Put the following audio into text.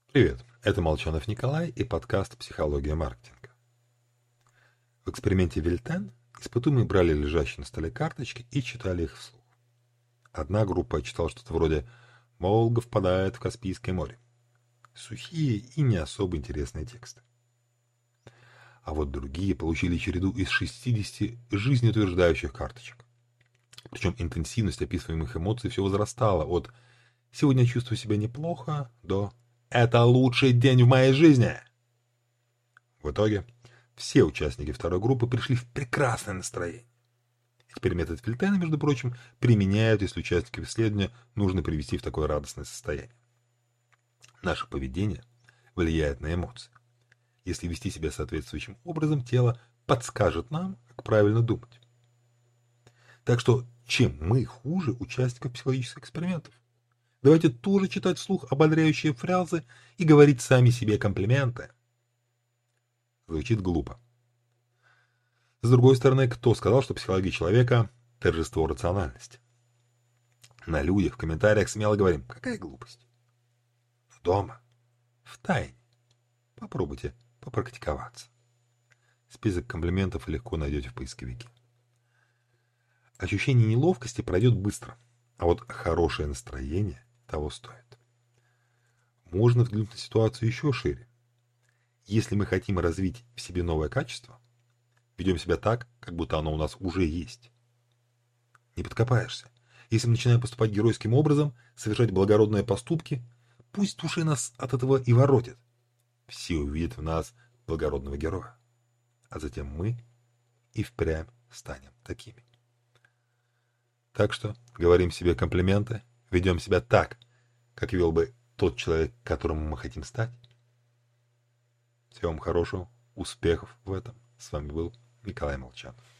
Привет, это Молчанов Николай и подкаст «Психология маркетинга». В эксперименте Вильтен испытуемые брали лежащие на столе карточки и читали их вслух. Одна группа читала что-то вроде «Волга впадает в Каспийское море». Сухие и не особо интересные тексты. А вот другие получили череду из 60 жизнеутверждающих карточек. Причем интенсивность описываемых эмоций все возрастала от «сегодня чувствую себя неплохо» до «это лучший день в моей жизни». В итоге все участники второй группы пришли в прекрасное настроение. Теперь метод Вильтена, между прочим, применяют, если участников исследования нужно привести в такое радостное состояние. Наше поведение влияет на эмоции. Если вести себя соответствующим образом, тело подскажет нам, как правильно думать. Так что, чем мы хуже участников психологических экспериментов? Давайте тоже читать вслух ободряющие фразы и говорить сами себе комплименты. Звучит глупо. С другой стороны, кто сказал, что психология человека – торжество рациональности? На людях в комментариях смело говорим, какая глупость. В дома, в тайне. Попробуйте попрактиковаться. Список комплиментов легко найдете в поисковике. Ощущение неловкости пройдет быстро, а вот хорошее настроение того стоит. Можно взглянуть на ситуацию еще шире. Если мы хотим развить в себе новое качество, ведем себя так, как будто оно у нас уже есть. Не подкопаешься. Если мы начинаем поступать геройским образом, совершать благородные поступки, пусть души нас от этого и воротит. Все увидят в нас благородного героя. А затем мы и впрямь станем такими. Так что говорим себе комплименты, ведем себя так, как вел бы тот человек, которым мы хотим стать. Всего вам хорошего, успехов в этом. С вами был Николай Молчанов.